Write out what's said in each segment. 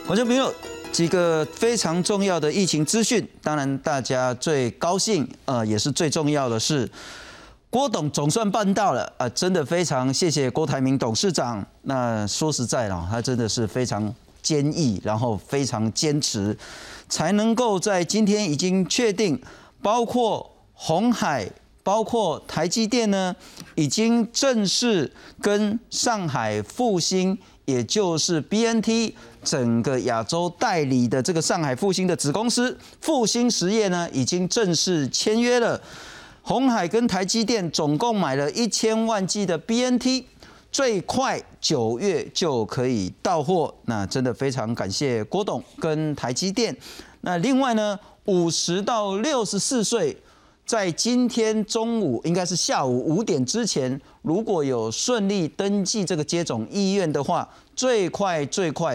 观众朋友，几个非常重要的疫情资讯，当然大家最高兴，也是最重要的是，郭董总算办到了，真的非常谢谢郭台铭董事长。那说实在了，他真的是非常坚毅，然后非常坚持，才能够在今天已经确定，包括鸿海。包括台积电呢，已经正式跟上海复星，也就是 BNT 整个亚洲代理的这个上海复星的子公司复星实业呢，已经正式签约了。鸿海跟台积电总共买了1000万剂的 BNT， 最快9月就可以到货。那真的非常感谢郭董跟台积电。那另外呢，50到64岁。在今天中午，应该是下午5点之前，如果有顺利登记这个接种意愿的话，最快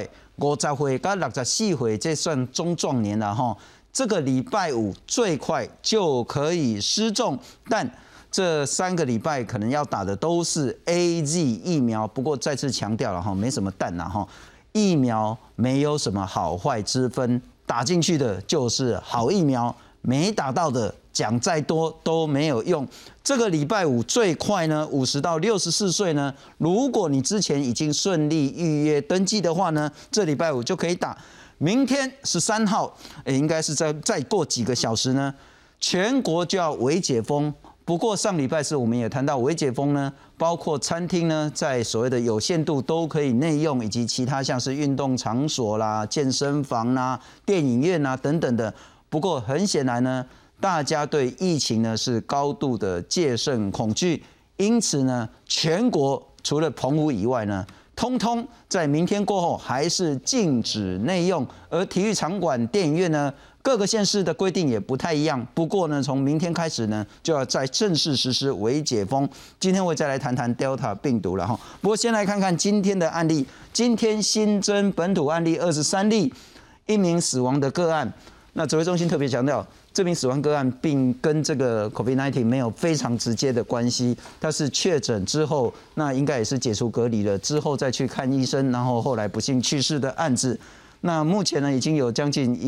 50岁跟64岁，这算中壮年了哈。这个礼拜五最快就可以施种，但这3个礼拜可能要打的都是 AZ 疫苗。不过再次强调了哈，没什么蛋啦哈，疫苗没有什么好坏之分，打进去的就是好疫苗，没打到的。讲再多都没有用。这个礼拜五最快呢，50到64岁呢，如果你之前已经顺利预约登记的话呢，这礼拜五就可以打。明天13号，应该是再过几个小时呢，全国就要微解封。不过上礼拜四我们也谈到微解封呢，包括餐厅呢，在所谓的有限度都可以内用，以及其他像是运动场所啦、健身房啦、电影院啦等等的。不过很显然呢。大家对疫情呢是高度的戒慎恐惧，因此呢，全国除了澎湖以外呢，通通在明天过后还是禁止内用。而体育场馆、电影院呢，各个县市的规定也不太一样。不过呢，从明天开始呢，就要再正式实施微解封。今天我再来谈谈 Delta 病毒了哈。不过先来看看今天的案例，今天新增本土案例23例，1名死亡的个案。那指挥中心特别强调。这名死亡个案并跟这个 COVID-19 没有非常直接的关系，他是确诊之后，那应该也是解除隔离了，之后再去看医生，然后后来不幸去世的案子。那目前呢，已经有将近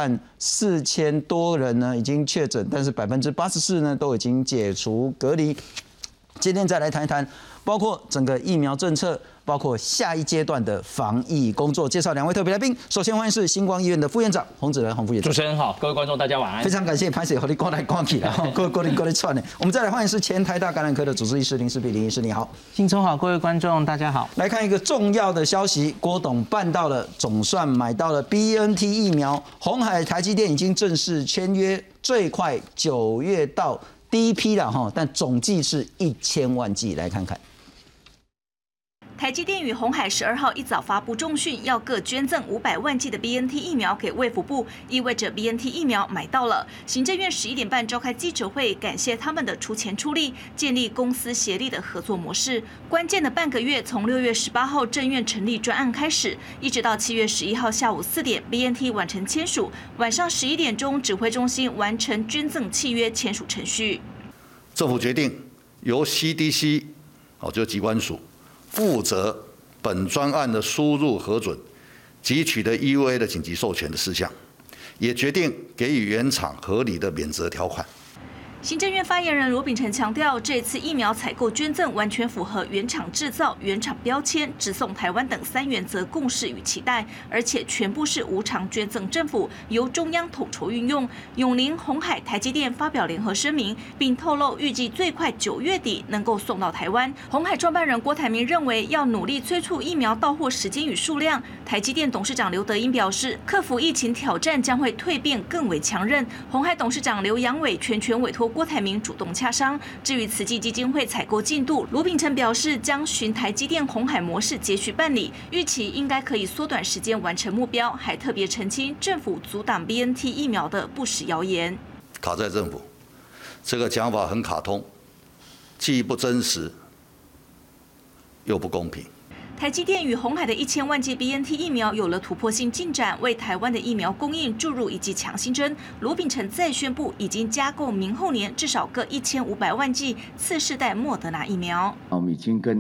14000多人呢已经确诊，但是84%呢都已经解除隔离。今天再来谈一谈，包括整个疫苗政策。包括下一阶段的防疫工作，介绍2位特别来宾。首先欢迎是星光医院的副院长洪子仁洪副院长。 主持人好，各位观众大家晚安。 非常感谢拍摄和你过来过去了，过来串的。我们再来欢迎是前台大感染科的主治医师林世璧林医师，你好。 新聪好，各位观众大家好。 来看一个重要的消息，郭董办到了，总算买到了 BNT 疫苗，鸿海、台积电已经正式签约，最快9月到第一批了哈，但总计是1000万剂，来看看。 台积电与鸿海12号一早发布重讯，要各捐赠500万剂的 BNT 疫苗给卫福部，意味着 BNT 疫苗买到了。行政院11点半召开记者会，感谢他们的出钱出力，建立公私协力的合作模式。关键的半个月，从6月18号政院成立专案开始，一直到7月11号下午4点 ，BNT 完成签署，晚上11点钟，指挥中心完成捐赠契约签署程序。 政府决定由 CDC 就是疾管署。负责本专案的输入核准及取得 EUA 的紧急授权的事项，也决定给予原厂合理的免责条款。 行政院发言人罗秉成强调，这次疫苗采购捐赠完全符合原厂制造、原厂标签、直送台湾等3原则共识与期待，而且全部是无偿捐赠政府，由中央统筹运用。永林、鸿海、台积电发表联合声明，并透露预计最快9月底能够送到台湾。鸿海创办人郭台铭认为，要努力催促疫苗到货时间与数量。台积电董事长刘德音表示，克服疫情挑战将会蜕变更为强韧。鸿海董事长刘扬伟全权委托郭台铭主动洽商。至于慈济基金会采购进度，卢秉成表示将循台积电、鸿海模式接续办理，预期应该可以缩短时间完成目标，还特别澄清政府阻挡 BNT 疫苗的不实谣言。 卡在政府，这个讲法很卡通，既不真实，又不公平。 台积电与鸿海的1000万剂 BNT 疫苗有了突破性进展，为台湾的疫苗供应注入一剂强心针。罗秉成再宣布，已经加购明后年至少各1500万剂次世代莫德纳疫苗。 我们已经跟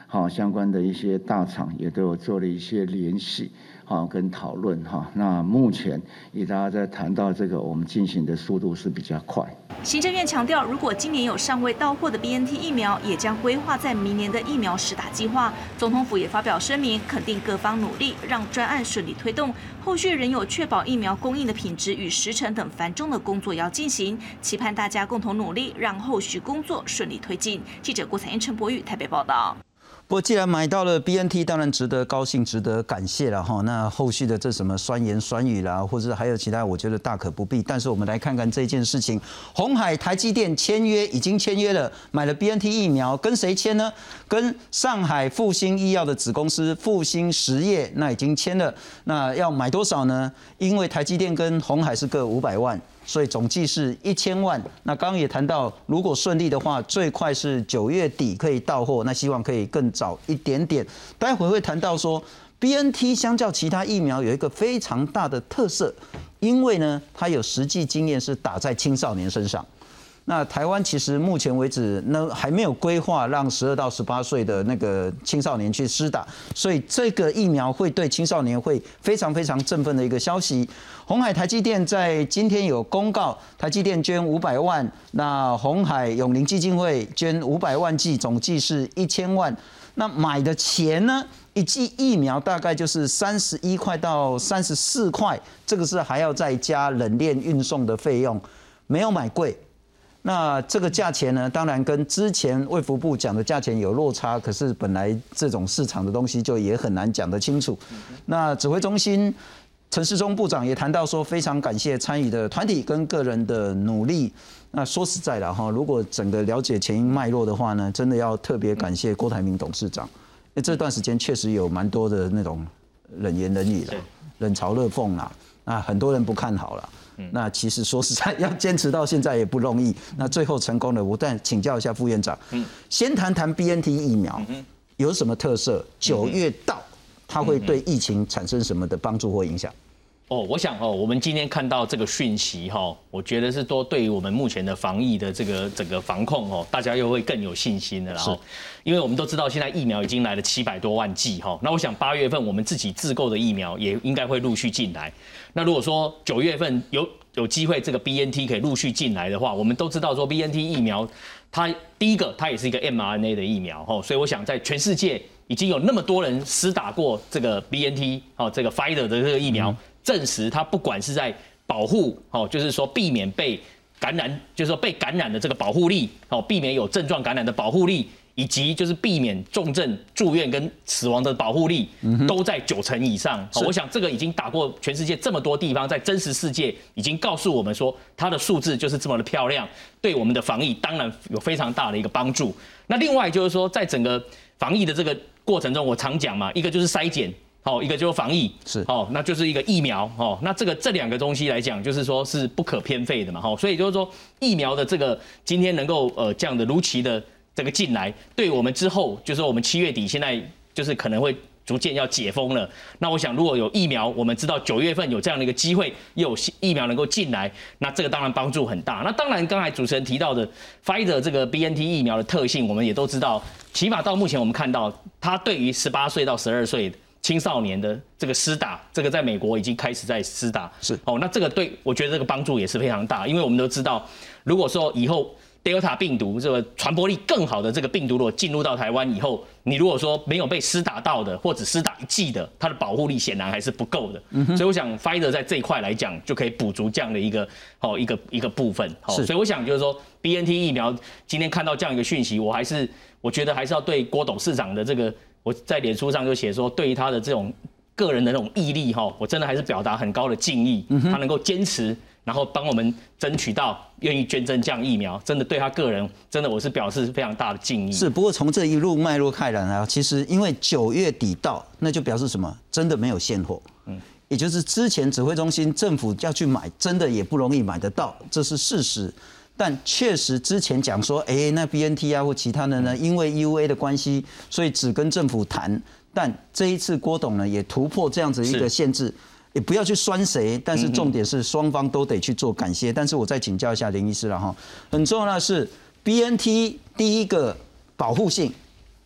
相关的一些大厂也都有做了一些联系。跟讨论哈，那目前大家在谈到这个，我们进行的速度是比较快。 行政院强调，如果今年有尚未到货的 BNT 疫苗，也将规划在明年的疫苗施打计划。总统府也发表声明，肯定各方努力，让专案顺利推动。后续仍有确保疫苗供应的品质与时程等繁重的工作要进行，期盼大家共同努力，让后续工作顺利推进。记者郭采燕、陈柏宇台北报道。 不过，既然买到了 BNT， 当然值得高兴，值得感谢了哈。那后续的这什么酸言酸语啦，或者还有其他，我觉得大可不必。但是我们来看看这件事情，鸿海、台积电已经签约了，买了 BNT 疫苗，跟谁签呢？跟上海复星医药的子公司复星实业，那已经签了。那要买多少呢？因为台积电跟鸿海是各500万。所以总计是1000万。那刚刚也谈到，如果顺利的话，最快是9月底可以到货。那希望可以更早一点点。待会会谈到说 ，BNT 相较其他疫苗有一个非常大的特色，因为呢，它有实际经验是打在青少年身上。那台湾其实目前为止呢还没有规划让12到18岁的那个青少年去施打，所以这个疫苗会对青少年会非常非常振奋的一个消息。鸿海、台积电在今天有公告，台积电捐500万，那鸿海永龄基金会捐500万剂，总计是1000万。那买的钱呢？一剂疫苗大概就是31块到34块，这个是还要再加冷链运送的费用，没有买贵。那这个价钱呢，当然跟之前卫福部讲的价钱有落差，可是本来这种市场的东西就也很难讲得清楚。那指挥中心陈时中部长也谈到说，非常感谢参与的团体跟个人的努力。那说实在的哈，如果整个了解前因脉络的话呢，真的要特别感谢郭台铭董事长，因为这段时间确实有蛮多的那种冷言冷语啦、冷嘲热讽啦，那很多人不看好了。那其实说实在，要坚持到现在也不容易。那最后成功了，我再请教一下副院长，先谈谈 BNT 疫苗有什么特色？9月到，它会对疫情产生什么的帮助或影响？ 我想我们今天看到这个讯息我觉得是说对于我们目前的防疫的这个整个防控大家又会更有信心的啦。因为我们都知道现在疫苗已经来了700多万剂那我想8月份我们自己自购的疫苗也应该会陆续进来。那如果说9月份有机会这个 BNT 可以陆续进来的话，我们都知道说 BNT 疫苗它第一个它也是一个 mRNA 的疫苗所以我想在全世界已经有那么多人施打过这个 BNT 这个 Pfizer 的这个疫苗。证实它不管是在保护就是说避免被感染，就是说被感染的这个保护力避免有症状感染的保护力，以及就是避免重症住院跟死亡的保护力，都在90%以上。我想这个已经打过全世界这么多地方，在真实世界已经告诉我们说，它的数字就是这么的漂亮，对我们的防疫当然有非常大的一个帮助。那另外就是说，在整个防疫的这个过程中，我常讲嘛，一个就是筛检。一个就是防疫，那就是一个疫苗，那这两个东西来讲，就是说是不可偏废的嘛，所以就是说疫苗的这个今天能够这样的如期的这个进来，对我们之后就是我们7月底现在就是可能会逐渐要解封了。那我想如果有疫苗，我们知道9月份有这样的一个机会，又有疫苗能够进来，那这个当然帮助很大。那当然刚才主持人提到的 Pfizer 这个 BNT 疫苗的特性，我们也都知道，起码到目前我们看到，它对于18岁到12岁青少年的这个施打，这个在美国已经开始在施打，那这个对我觉得这个帮助也是非常大，因为我们都知道，如果说以后 Delta 病毒这个传播力更好的这个病毒，如果进入到台湾以后，你如果说没有被施打到的，或只施打1剂的，它的保护力显然还是不够的。所以我想 Pfizer 在这一块来讲，就可以补足这样的一个部分。所以我想就是说 BNT 疫苗今天看到这样一个讯息，我觉得还是要对郭董事长的这个。我在脸书上就写说，对于他的这种个人的那种毅力我真的还是表达很高的敬意。他能够坚持，然后帮我们争取到愿意捐赠这样疫苗，真的对他个人，真的我是表示非常大的敬意。 是，不过从这一路脉络看来其实因为9月底到，那就表示什么？真的没有现货。也就是之前指挥中心政府要去买，真的也不容易买得到，这是事实。但确实之前讲说，那 BNT 或其他的呢，因为 EUA 的关系，所以只跟政府谈。但这一次郭董呢，也突破这样子一个限制，也不要去酸谁，但是重点是双方都得去做感谢。但是我再请教一下林医师了很重要的是 BNT 第一个保护性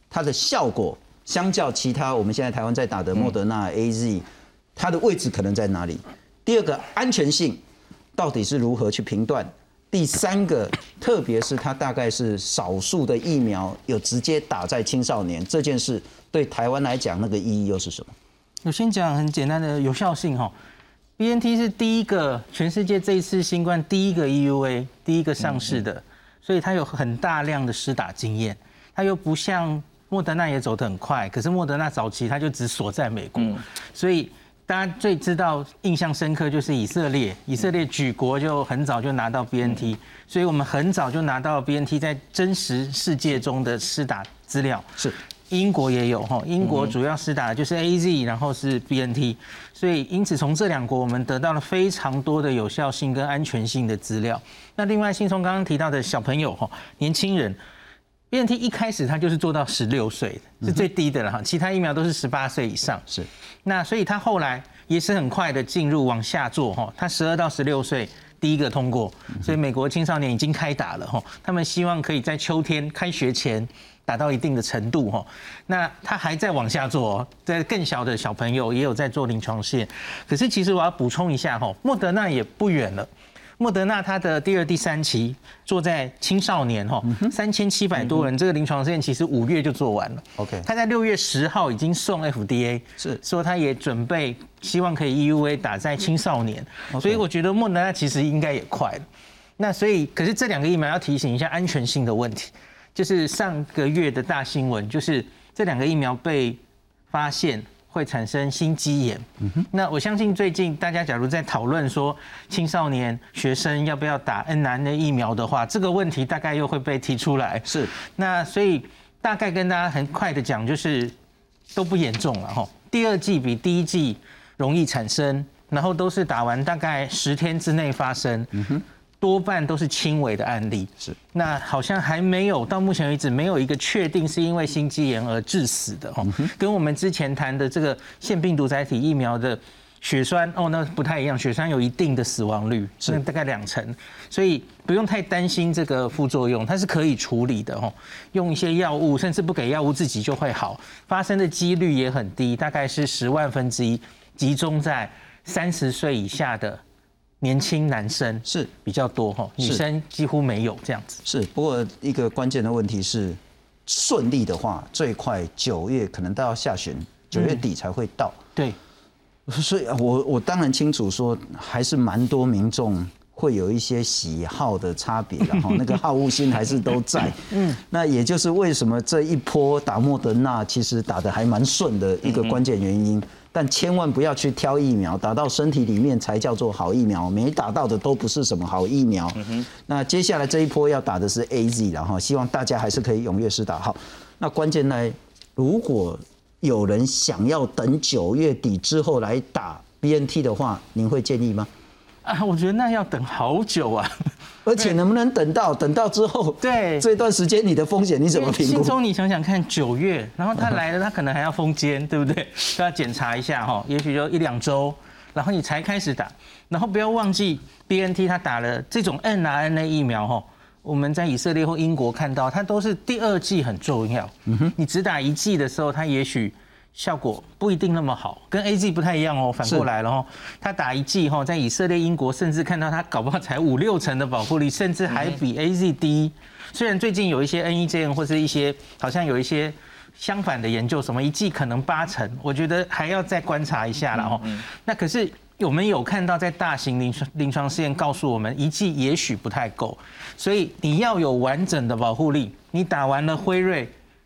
它的效果相较其他我们现在台湾在打的莫德纳、AZ， 它的位置可能在哪里？第二个，安全性到底是如何去评断？第三个，特别是它大概是少数的疫苗有直接打在青少年这件事，对台湾来讲那个意义又是什么？ 我先讲很简单的有效性哈。BNT 是第一个全世界这一次新冠第一个 EUA 第一个上市的，所以它有很大量的施打经验。它又不像莫德纳也走得很快，可是莫德纳早期它就只锁在美国，所以大家最知道印象深刻就是以色列举国就很早就拿到 BNT， 所以我们很早就拿到 BNT 在真实世界中的施打资料。 是。 英国也有哈，英国主要施打的就是 AZ， 然后是 BNT， 所以因此从这2国我们得到了非常多的有效性跟安全性的资料。那另外，信聪刚刚提到的小朋友哈，年轻人 ，BNT 一开始它就是做到16岁的，是最低的了哈，其他疫苗都是18岁以上。 是， 那所以它后来也是很快的进入往下做哈，它12到16岁。第一个通过，所以美国青少年已经开打了哈，他们希望可以在秋天开学前达到一定的程度哈。那他还在往下做，在更小的小朋友也有在做临床试验。可是其实我要补充一下哈，莫德纳也不远了。莫德纳它的第2、第3期做在青少年哈，3700多人，这个临床试验其实5月就做完了。 OK， 他在6月10号已经送 FDA， 是说他也准备希望可以 EUA 打在青少年，所以我觉得莫德纳其实应该也快了。那所以，可是这2个疫苗要提醒一下安全性的问题，就是上个月的大新闻，就是这2个疫苗被发现会产生心肌炎。那我相信最近大家假如在讨论说青少年学生要不要打 mRNA 疫苗的话，这个问题大概又会被提出来。 是， 那所以大概跟大家很快的讲，就是都不严重了哈。第2剂比第1剂容易产生，然后都是打完大概10天之内发生。多半都是轻微的案例， 是那好像还没有到目前为止没有一个确定是因为心肌炎而致死的哈，跟我们之前谈的这个腺病毒载体疫苗的血栓那不太一样，血栓有一定的死亡率，是大概2成，所以不用太担心这个副作用，它是可以处理的哈，用一些药物甚至不给药物自己就会好，发生的几率也很低，大概是10万分之1，集中在30岁以下的。年轻男生是比较多哈，女生几乎没有这样子。 是，不过一个关键的问题是，顺利的话，最快9月可能到下旬，9月底才会到。 对， 所以我当然清楚说，还是蛮多民众会有一些喜好的差别，然后那个好恶心还是都在。那也就是为什么这一波打莫德纳其实打得还蛮顺的一个关键原因。但千万不要去挑疫苗，打到身体里面才叫做好疫苗，没打到的都不是什么好疫苗。那接下来这一波要打的是 AZ， 然后希望大家还是可以踊跃施打。好，那关键呢，如果有人想要等9月底之后来打 BNT 的话，您会建议吗？ 我觉得那要等好久啊， 而且能不能等到之后， 对这段时间你的风险你怎么评估？ 信聪，你想想看，9月，然后他来了，他可能还要封监，对不对？都要检查一下哈，也许就1、2周，然后你才开始打，然后不要忘记 BNT 他打了这种 mRNA 疫苗哈，我们在以色列或英国看到，它都是第2剂很重要。你只打1剂的时候，它也许效果不一定那么好，跟 AZ 不太一样哦。反过来了哈，他打1剂哈，在以色列、英国，甚至看到他搞不好才5、6成的保护力，甚至还比 AZ 低。虽然最近有一些 NEJM 或是一些好像有一些相反的研究，什么1剂可能8成，我觉得还要再观察一下了哈。那可是我们有看到在大型临床试验告诉我们1剂也许不太够，所以你要有完整的保护力。你打完了辉瑞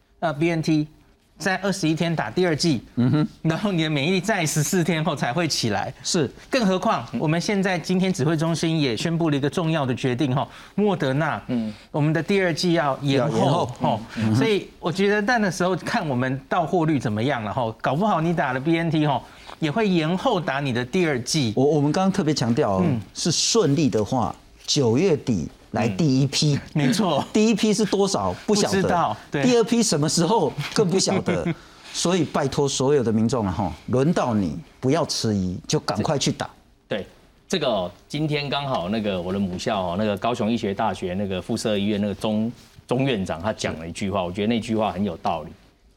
BNT。在21天打第2剂，然后你的免疫力在14天后才会起来。 是， 更何况我们现在今天指挥中心也宣布了一个重要的决定哈，莫德纳，我们的第2剂要延后所以我觉得那时候看我们到货率怎么样了哈，搞不好你打了 BNT 哈，也会延后打你的第2剂。 我们刚刚特别强调，是顺利的话，9月底。来第1批， 没错， 第1批是多少不晓得，第2批什么时候更不晓得，所以拜托所有的民众哈，轮到你不要迟疑，就赶快去打。 对，这个今天刚好那个我的母校那个高雄医学大学那个附设医院那个钟院长他讲了一句话，我觉得那句话很有道理。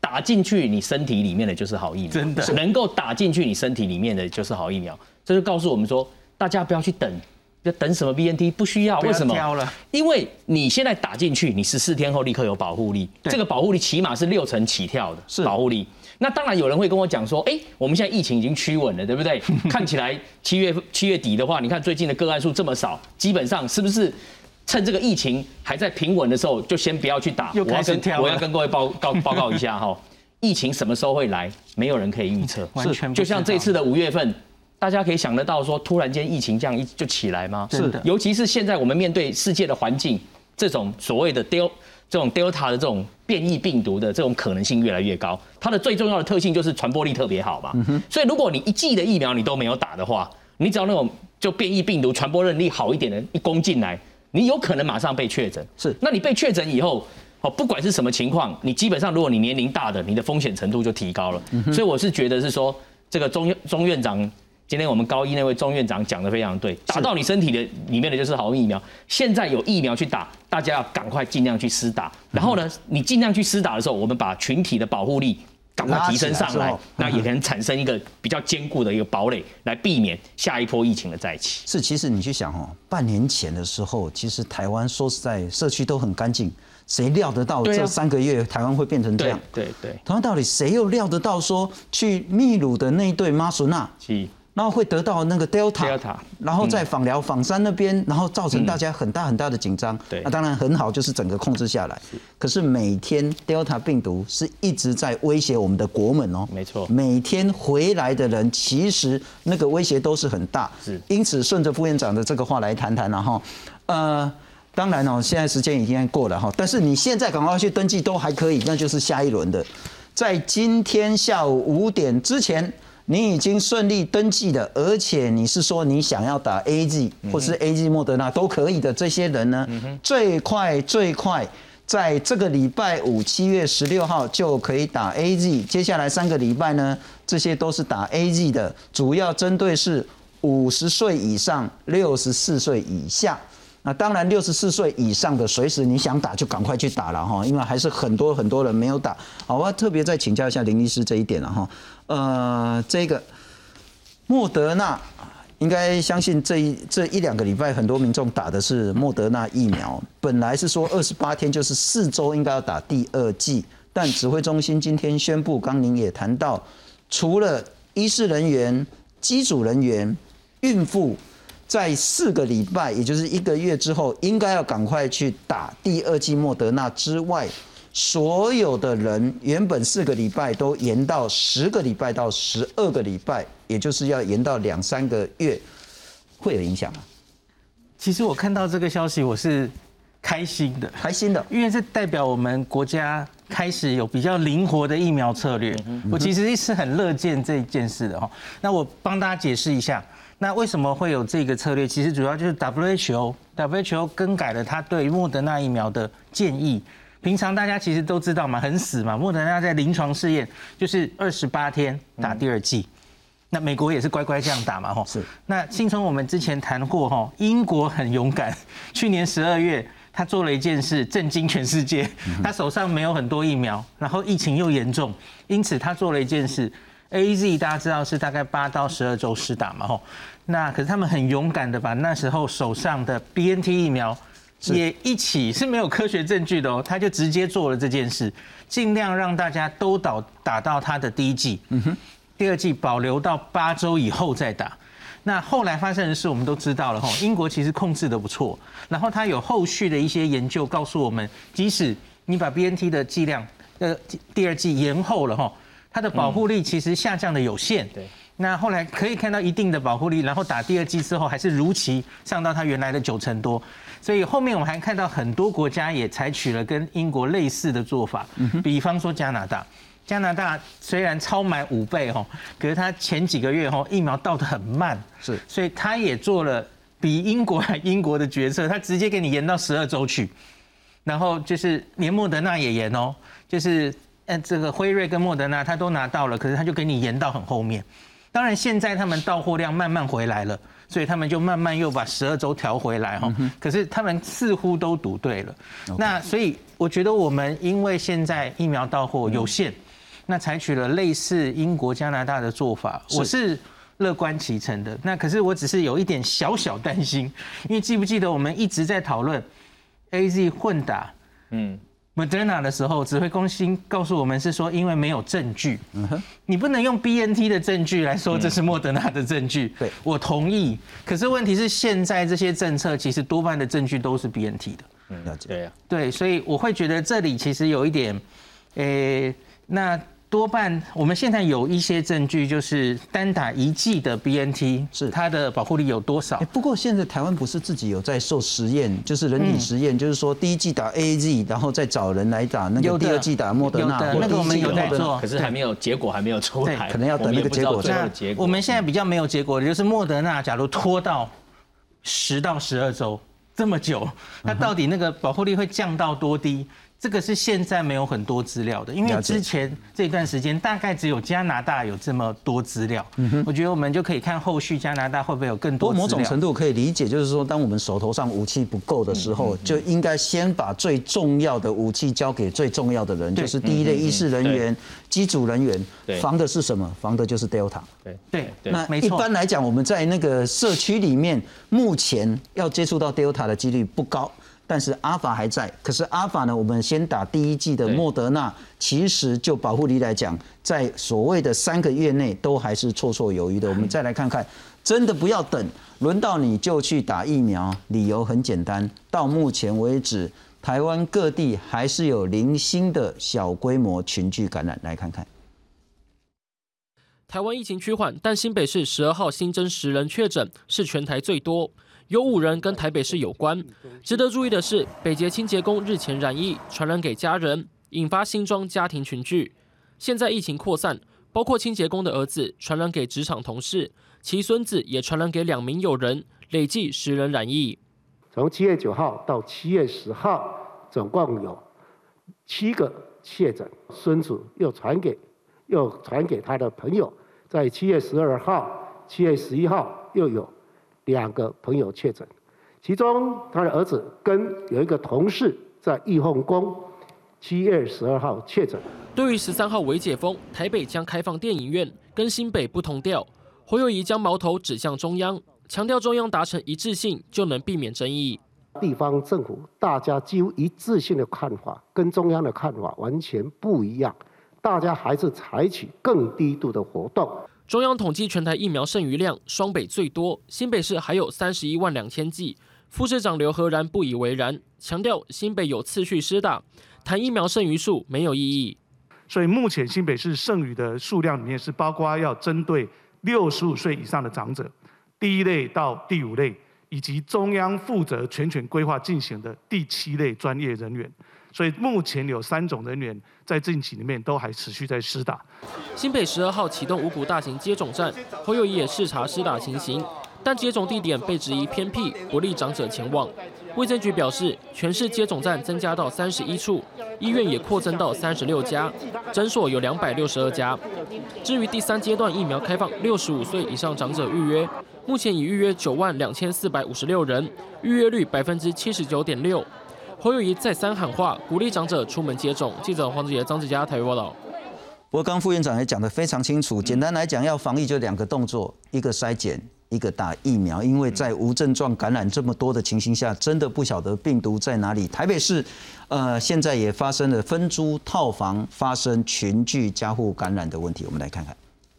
打进去你身体里面的就是好疫苗， 真的能够打进去你身体里面的就是好疫苗。这就告诉我们说，大家不要去等。要等什么 BNT 不需要？为什么？因为你现在打进去，你14天后立刻有保护力，这个保护力起码是6成起跳的保护力。那当然有人会跟我讲说，我们现在疫情已经趋稳了，对不对？看起来7月底的话，你看最近的个案数这么少，基本上是不是趁这个疫情还在平稳的时候，就先不要去打？我要跟各位报告一下哈，疫情什么时候会来，没有人可以预测。 完全就像这次的5月份。大家可以想得到，说突然间疫情这样就起来吗？ 是的， 尤其是现在我们面对世界的环境，这种所谓的这种 Delta 的这种变异病毒的这种可能性越来越高。它的最重要的特性就是传播力特别好嘛。所以如果你1剂的疫苗你都没有打的话，你只要那种就变异病毒传播能力好一点的一攻进来，你有可能马上被确诊。 是， 那你被确诊以后，不管是什么情况，你基本上如果你年龄大的，你的风险程度就提高了。所以我是觉得是说，这个钟院长。今天我们高一那位钟院长讲得非常对，打到你身体的里面的就是好疫苗。现在有疫苗去打，大家要赶快尽量去施打。然后呢，你尽量去施打的时候，我们把群体的保护力赶快提升上来，那也可能产生一个比较坚固的一个堡垒，来避免下一波疫情的再起。 是，其实你去想半年前的时候，其实台湾说实在，社区都很干净。谁料得到这3个月台湾会变成这样？ 对， 同样道理，谁又料得到说去秘鲁的那一对妈苏纳？然后会得到那个 Delta， 然后在仿山那边，然后造成大家很大的紧张。那当然很好，就是整个控制下来。可是每天 Delta 病毒是一直在威胁我们的国门哦。 没错， 每天回来的人，其实那个威胁都是很大。因此顺着副院长的这个话来谈谈，然后当然现在时间已经过了哈，但是你现在赶快去登记都还可以，那就是下一轮的，在今天下午5点之前。你已经顺利登记的，而且你是说你想要打 AZ 或是 AZ 莫德纳都可以的这些人呢，最快在这个礼拜5 7月16号就可以打 AZ， 接下来3个礼拜呢，这些都是打 AZ 的，主要针对是50岁以上、64岁以下。那当然，64岁以上的，随时你想打就赶快去打了哈，因为还是很多人没有打。好，我要特别再请教一下林医师这一点了哈。这个莫德纳，应该相信这1-2个礼拜，很多民众打的是莫德纳疫苗。本来是说28天，就是4周应该要打第2剂，但指挥中心今天宣布，刚您也谈到，除了医事人员、机组人员、孕妇。在4个礼拜，也就是1个月之后，应该要赶快去打第2剂莫德纳之外，所有的人原本4个礼拜都延到10个礼拜到12个礼拜，也就是要延到2-3个月，会有影响吗？ 其实我看到这个消息，我是开心的，因为这代表我们国家开始有比较灵活的疫苗策略。我其实是很乐见这件事的哈。那我帮大家解释一下。那为什么会有这个策略？其实主要就是 WHO 更改了它对莫德纳疫苗的建议。平常大家其实都知道嘛，很死嘛，莫德纳在临床试验就是28天打第2剂。那美国也是乖乖这样打嘛，吼。是。那信聪我们之前谈过，吼，英国很勇敢，去年12月他做了一件事，震惊全世界。他手上没有很多疫苗，然后疫情又严重，因此他做了一件事。AZ 大家知道是大概8到12周施打嘛，吼，那可是他们很勇敢的把那时候手上的 BNT 疫苗也一起是没有科学证据的哦，他就直接做了这件事，尽量让大家都打到他的第1剂，第2剂保留到8周以后再打。那后来发生的事我们都知道了吼，英国其实控制的不错，然后他有后续的一些研究告诉我们，即使你把 BNT 的剂量第2剂延后了吼。它的保护力其实下降的有限，对。那后来可以看到一定的保护力，然后打第2剂之后还是如期上到它原来的90%多，所以后面我们还看到很多国家也采取了跟英国类似的做法，比方说加拿大虽然超买5倍吼，可是它前几个月吼疫苗到得很慢，是，所以它也做了比英国的决策，它直接给你延到12周去，然后就是连莫德纳也延哦，就是。这个辉瑞跟莫德纳他都拿到了，可是他就给你延到很后面。当然现在他们到货量慢慢回来了，所以他们就慢慢又把12周调回来哈。可是他们似乎都赌对了。那所以我觉得我们因为现在疫苗到货有限， 那采取了类似英国、加拿大的做法，我是乐观其成的。那可是我只是有一点小小担心，因为记不记得我们一直在讨论 AZ 混打Moderna 的时候，指挥中心告诉我们是说，因为没有证据，你不能用 BNT 的证据来说这是莫德纳的证据。 对， 我同意。可是问题是，现在这些政策其实多半的证据都是 BNT 的。 了解。 对呀， 对，所以我会觉得这里其实有一点，那多半我们现在有一些证据，就是单打1剂的 BNT 是它的保护力有多少？ 不过现在台湾不是自己有在做实验，就是人体实验，就是说第1剂打 AZ， 然后再找人来打那个第2剂打莫德纳， 那个我们有在做， 可是还没有结果，还没有出来， 可能要等那个结果。 我们现在比较没有结果的就是莫德纳，假如拖到10到12周这么久，那到底那个保护力会降到多低？这个是现在没有很多资料的，因为之前这段时间大概只有加拿大有这么多资料。我觉得我们就可以看后续加拿大会不会有更多资料。 某种程度可以理解，就是说，当我们手头上武器不够的时候，就应该先把最重要的武器交给最重要的人，就是第一类医事人员、机组人员。防的是什么？防的就是 Delta。 对， 那一般来讲，我们在那个社区里面，目前要接触到 Delta 的几率不高。但是阿法还在，可是阿法呢？我们先打第1剂的莫德纳，其实就保护力来讲，在所谓的3个月内都还是绰绰有余的。我们再来看看，真的不要等，轮到你就去打疫苗。理由很简单，到目前为止，台湾各地还是有零星的小规模群聚感染。来看看， 台湾疫情趋缓，但新北市12号新增10人确诊，是全台最多。有5人跟台北市有关。值得注意的是，北捷清洁工日前染疫，传染给家人，引发新庄家庭群聚。现在疫情扩散，包括清洁工的儿子传染给职场同事，其孙子也传染给2名友人，累计10人染疫。 从7月9号到7月10号，总共有7个确诊，孙子又传给他的朋友，在7月12号、7月11号又有2个朋友确诊，其中他的儿子跟有一个同事在义凤宫7月12号确诊。 对于13号微解封，台北将开放电影院，跟新北不同调。侯友宜将矛头指向中央，强调中央达成一致性就能避免争议。 地方政府大家几乎一致性的看法，跟中央的看法完全不一样，大家还是采取更低度的活动。 中央统计全台疫苗剩余量，双北最多，新北市还有31万2000剂。副市长刘和然不以为然，强调新北有次序施打，谈疫苗剩余数没有意义。 所以目前新北市剩余的数量里面是包括要针对65岁以上的长者，第1类到第5类，以及中央负责全权规划进行的第7类专业人员。所以目前有3种人员在近期里面都还持续在施打。 新北12号启动5股大型接种站，侯友宜也视察施打情形，但接种地点被质疑偏僻，不利长者前往。卫生局表示，全市接种站增加到31处，医院也扩增到36家，诊所有262家。至于第3阶段疫苗开放65岁以上长者预约，目前已预约92456人，预约率79.6%。侯友宜再三喊话，鼓励长者出门接种。记者黄子杰、张子佳台北报道。 不过刚副院长也讲得非常清楚，简单来讲，要防疫就2个动作，一个筛检，一个打疫苗。因为在无症状感染这么多的情形下，真的不晓得病毒在哪里。台北市，现在也发生了分租套房发生群聚家户感染的问题。我们来看看。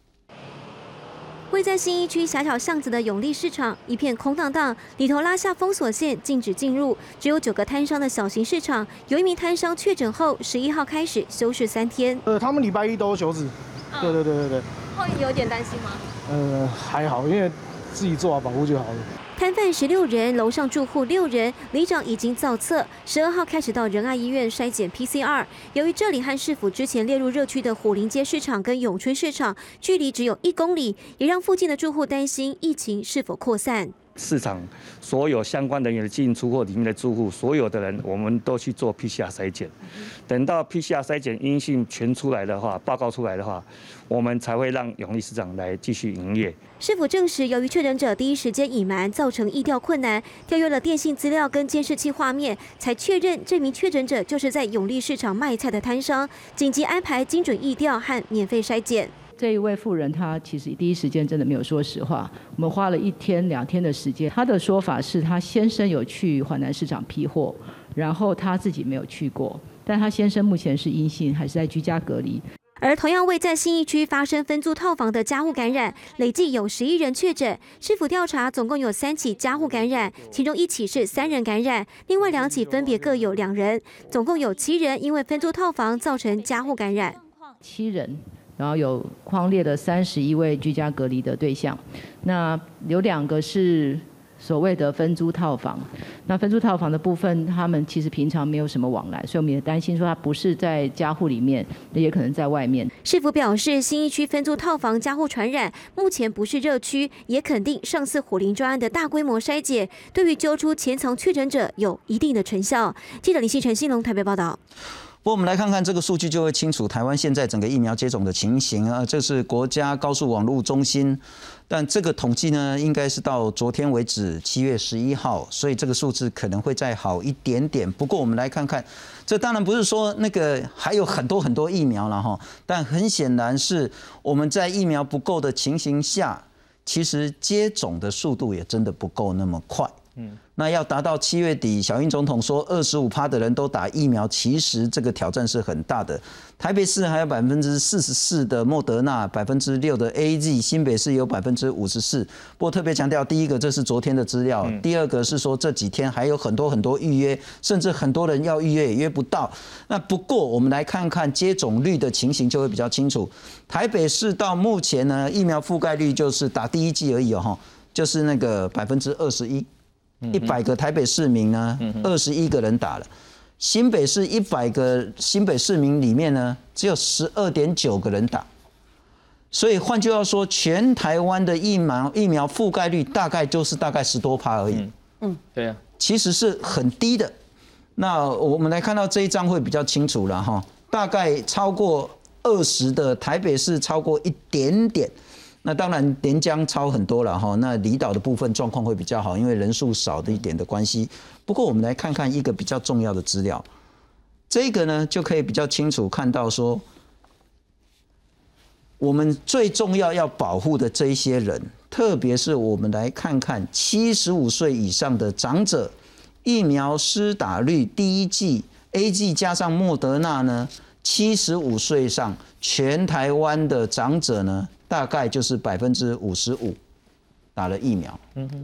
位在信义区狭小巷子的永利市场一片空荡荡，里头拉下封锁线，禁止进入。只有9个摊商的小型市场，有1名摊商确诊后，11号开始休市3天。 他们礼拜1都休止。对。 后有点担心吗？ 还好，因为自己做好保护就好了。 摊贩16人，楼上住户6人，里长已经造册。12号开始到仁爱医院筛检 PCR。由于这里和市府之前列入热区的虎林街市场跟永春市场距离只有1公里，也让附近的住户担心疫情是否扩散。 市场所有相关人员的进出货里面的住户，所有的人，我们都去做 PCR 筛检。等到 PCR 筛检阴性全出来的话，报告出来的话，我们才会让永利市场来继续营业。 市府证实，由于确诊者第一时间隐瞒，造成疫调困难，调阅了电信资料跟监视器画面，才确认这名确诊者就是在永利市场卖菜的摊商，紧急安排精准疫调和免费筛检。 这一位妇人，她其实第一时间真的没有说实话，我们花了1天2天的时间。她的说法是，她先生有去环南市场批货，然后她自己没有去过，但她先生目前是阴性，还是在居家隔离。 而同样未在信义区发生分租套房的家户感染，累计有11人确诊。市府调查总共有3起家户感染，其中1起是3人感染，另外2起分别各有2人，总共有7人因为分租套房造成家户感染。 7人。然后有匡列的31位居家隔离的对象，那有2个是所谓的分租套房。那分租套房的部分，他们其实平常没有什么往来，所以我们也担心说他不是在家户里面，也可能在外面。 市府表示，信义区分租套房家户传染目前不是热区，也肯定上次虎林专案的大规模筛检，对于揪出潜藏确诊者有一定的成效。记者林信成、新隆台北报道。 不过我们来看看这个数据，就会清楚台湾现在整个疫苗接种的情形啊。这是国家高速网络中心，但这个统计呢，应该是到昨天为止，7月11号，所以这个数字可能会再好一点点。不过我们来看看，这当然不是说那个还有很多疫苗了哈，但很显然是我们在疫苗不够的情形下，其实接种的速度也真的不够那么快。那要达到7月底，小英总统说25%的人都打疫苗，其实这个挑战是很大的。台北市还有44%的莫德纳，6%的 AZ， 新北市有54%。不过特别强调，第一个这是昨天的资料，第二个是说这几天还有很多预约，甚至很多人要预约也约不到。那不过我们来看看接种率的情形就会比较清楚。台北市到目前呢，疫苗覆盖率就是打第一剂而已哦，就是那个21%，100个台北市民呢，21个人打了。新北市100个新北市民里面呢，只有12.9个人打。所以换句话说，全台湾的疫苗覆盖率大概10多%而已。 对啊， 其实是很低的。那我们来看到这一张会比较清楚了哈，大概超过20的台北市超过一点点。那当然连江超很多了哈，那离岛的部分状况会比较好，因为人数少的一点的关系。不过我们来看看一个比较重要的资料，这个呢就可以比较清楚看到说，我们最重要保护的这一些人，特别是我们来看看75岁以上的长者，疫苗施打率第一剂 AZ 加上莫德纳呢，75岁以上全台湾的长者呢，大概就是55%打了疫苗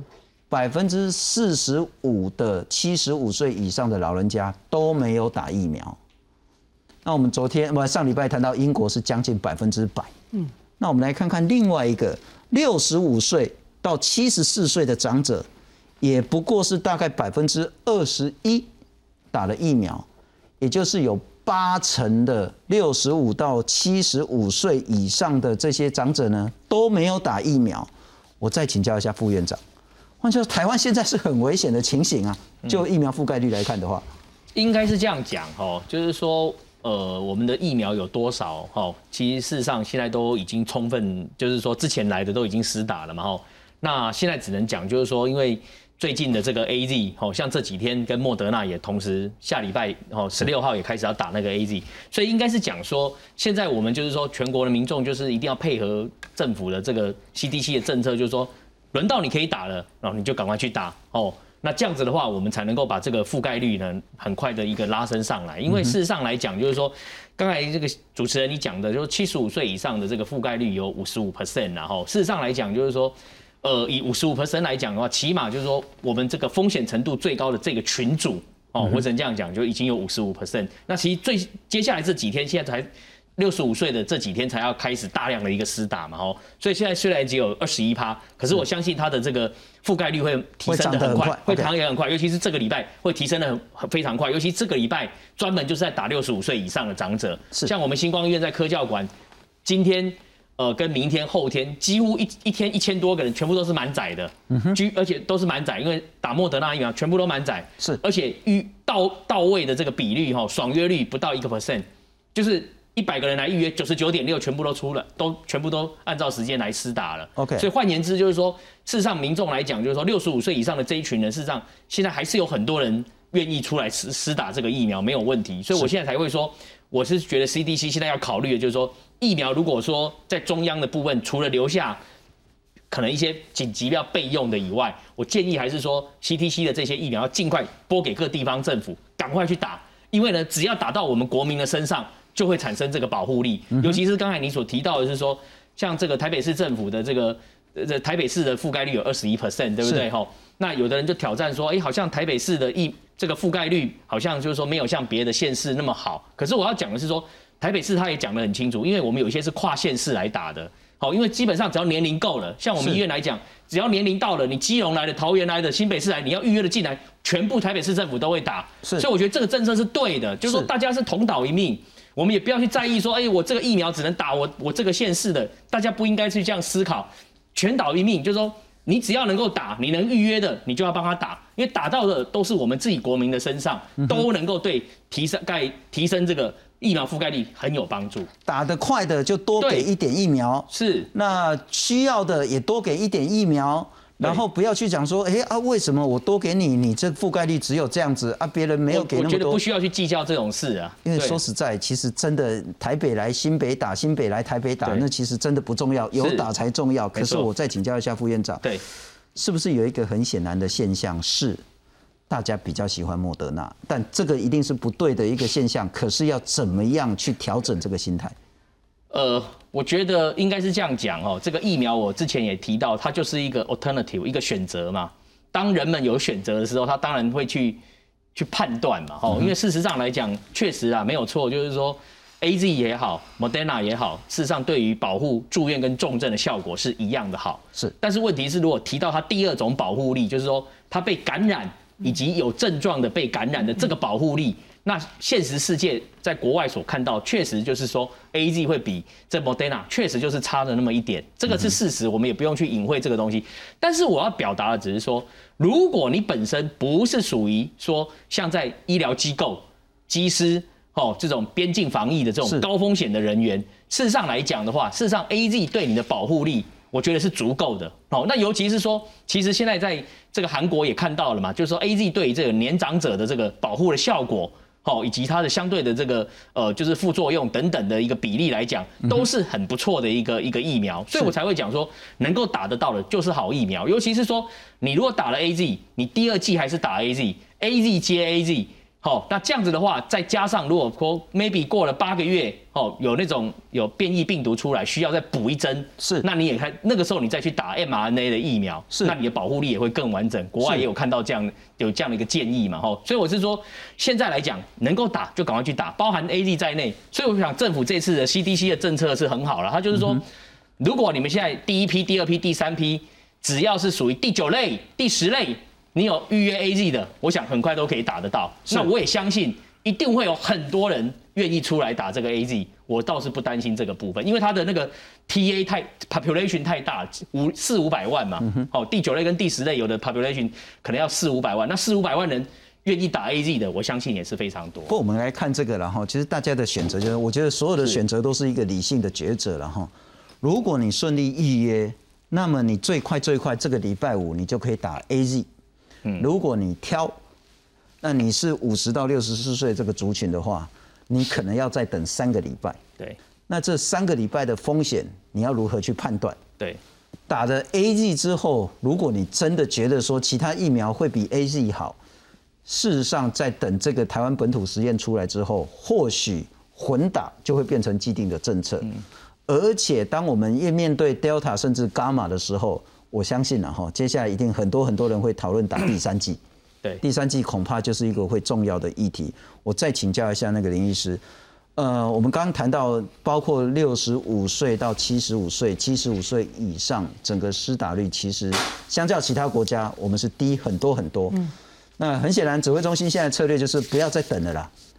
，45%的75岁以上的老人家都没有打疫苗。那我们上礼拜谈到英国是将近100%，那我们来看看另外一个65岁到74岁的长者，也不过是大概21%打了疫苗，也就是有80%的65到75岁以上的这些长者呢都没有打疫苗。我再请教一下副院长，换句话说，台湾现在是很危险的情形啊。就疫苗覆盖率来看的话， 应该是这样讲哈，就是说我们的疫苗有多少哈？其实事实上现在都已经充分，就是说之前来的都已经施打了嘛哈。那现在只能讲就是说，因为最近的这个 AZ， 像这几天跟莫德纳也同时下礼拜16号也开始要打那个 AZ， 所以应该是讲说，现在我们就是说全国的民众就是一定要配合政府的这个 CDC 的政策，就是说轮到你可以打了，然后你就赶快去打哦。那这样子的话，我们才能够把这个覆盖率呢很快的一个拉升上来。因为事实上来讲，就是说刚才这个主持人你讲的，就是75岁以上的这个覆盖率有55%，然后事实上来讲就是说。以55% 来讲的话，起码就是说我们这个风险程度最高的这个群组我只能这样讲，就已经有55%。那其实接下来这几天，现在才65岁的这几天才要开始大量的一个施打嘛所以现在虽然只有21%，可是我相信它的这个覆盖率会提升的很快，会涨也很快，尤其是这个礼拜会提升的非常快，尤其这个礼拜专门就是在打65岁以上的长者，像我们星光医院在科教馆今天。 跟明天后天几乎一天1000多个人全部都是满载的，而且都是满载，因为打莫德纳疫苗全部都满载， 是， 而且到位的这个比率爽约率不到1%，就是100个人来预约99.6%全部都出了，全部都按照时间来施打了。 OK， 所以换言之就是说，事实上民众来讲就是说65岁以上的这一群人，事实上现在还是有很多人愿意出来施打这个疫苗没有问题，所以我现在才会说，我是觉得 CDC 现在要考虑的就是说，疫苗如果说在中央的部分除了留下可能一些紧急要备用的以外，我建议还是说 CDC 的这些疫苗要尽快拨给各地方政府，赶快去打，因为呢，只要打到我们国民的身上，就会产生这个保护力。尤其是刚才你所提到的是说，像这个台北市政府的这个台北市的覆盖率有21%，对不对？那有的人就挑战说，好像台北市的这个覆盖率好像就是说没有像别的县市那么好。可是我要讲的是说，台北市他也讲得很清楚，因为我们有些是跨县市来打的。因为基本上只要年龄够了，像我们医院来讲，只要年龄到了，你基隆来的、桃园来的、新北市来，你要预约的进来，全部台北市政府都会打。所以我觉得这个政策是对的，就是说大家是同岛一命，我们也不要去在意说，我这个疫苗只能打我这个县市的，大家不应该去这样思考，全岛一命，就是说你只要能够打，你能预约的，你就要帮他打，因为打到的都是我们自己国民的身上，都能够对提升这个疫苗覆盖率很有帮助。 打得快的就多给一点疫苗， 是， 那需要的也多给一点疫苗，然后不要去讲说，为什么我多给你，你这覆盖率只有这样子啊，别人没有给那么多。 我觉得不需要去计较这种事啊， 因为说实在，其实真的台北来新北打，新北来台北打，那其实真的不重要，有打才重要。可是我再请教一下副院长， 对， 是不是有一个很显然的现象是？大家比较喜欢莫德纳，但这个一定是不对的一个现象。可是要怎么样去调整这个心态？ 我觉得应该是这样讲这个疫苗我之前也提到，它就是一个 alternative， 一个选择嘛。当人们有选择的时候，他当然会去判断嘛因为事实上来讲，确实没有错，就是说 AZ 也好 ，Moderna 也好，事实上对于保护住院跟重症的效果是一样的好。 是， 但是问题是，如果提到它第二种保护力，就是说它被感染。以及有症状的被感染的这个保护力，那现实世界在国外所看到，确实就是说 AZ 会比这 Moderna 确实就是差了那么一点，这个是事实，我们也不用去隐晦这个东西。但是我要表达的只是说，如果你本身不是属于说像在医疗机构、机师这种边境防疫的这种高风险的人员，事实上来讲的话，事实上 AZ 对你的保护力，我觉得是足够的。那尤其是说，其实现在在这个韩国也看到了嘛，就是说 AZ 对于这个年长者的这个保护的效果，以及它的相对的这个就是副作用等等的一个比例来讲，都是很不错的一个疫苗，所以我才会讲说，能够打得到的就是好疫苗。尤其是说，你如果打了 AZ， 你第二剂还是打 AZ 接 AZ。那这样子的话，再加上如果说 maybe 过了8个月，有那种有变异病毒出来，需要再补一针， 是， 那你也看那个时候你再去打 mRNA 的疫苗，是，那你的保护力也会更完整。国外也有看到这样的一个建议嘛，所以我是说，现在来讲能够打就赶快去打，包含 AZ 在内。所以我想政府这次的 CDC 的政策是很好了，它就是说，如果你们现在第一批、第二批、第三批，只要是属于第9类、第10类。你有预约 AZ 的，我想很快都可以打得到。那我也相信一定会有很多人愿意出来打这个 AZ， 我倒是不担心这个部分，因为它的那个 population 太大，400-500万嘛。第9类跟第10类有的 population 可能要400-500万，那400-500万人愿意打 AZ 的，我相信也是非常多。 不过我们来看这个了哈，其实大家的选择就是，我觉得所有的选择都是一个理性的抉择了哈。如果你顺利预约，那么你最快这个礼拜5你就可以打 AZ。如果你挑，那你是50到64岁这个族群的话，你可能要再等3个礼拜。 对， 那这3个礼拜的风险，你要如何去判断？ 对， 打了 AZ 之后，如果你真的觉得说其他疫苗会比 AZ 好，事实上在等这个台湾本土实验出来之后，或许混打就会变成既定的政策。而且当我们面对 Delta 甚至 Gamma 的时候，我相信接下来一定很多人会讨论打第3剂。 对， 第3剂恐怕就是一个会重要的议题。我再请教一下那个林医师，我们刚刚谈到，包括65岁到75岁、75岁以上，整个施打率其实相较其他国家，我们是低很多很多。那很显然，指挥中心现在策略就是不要再等了啦。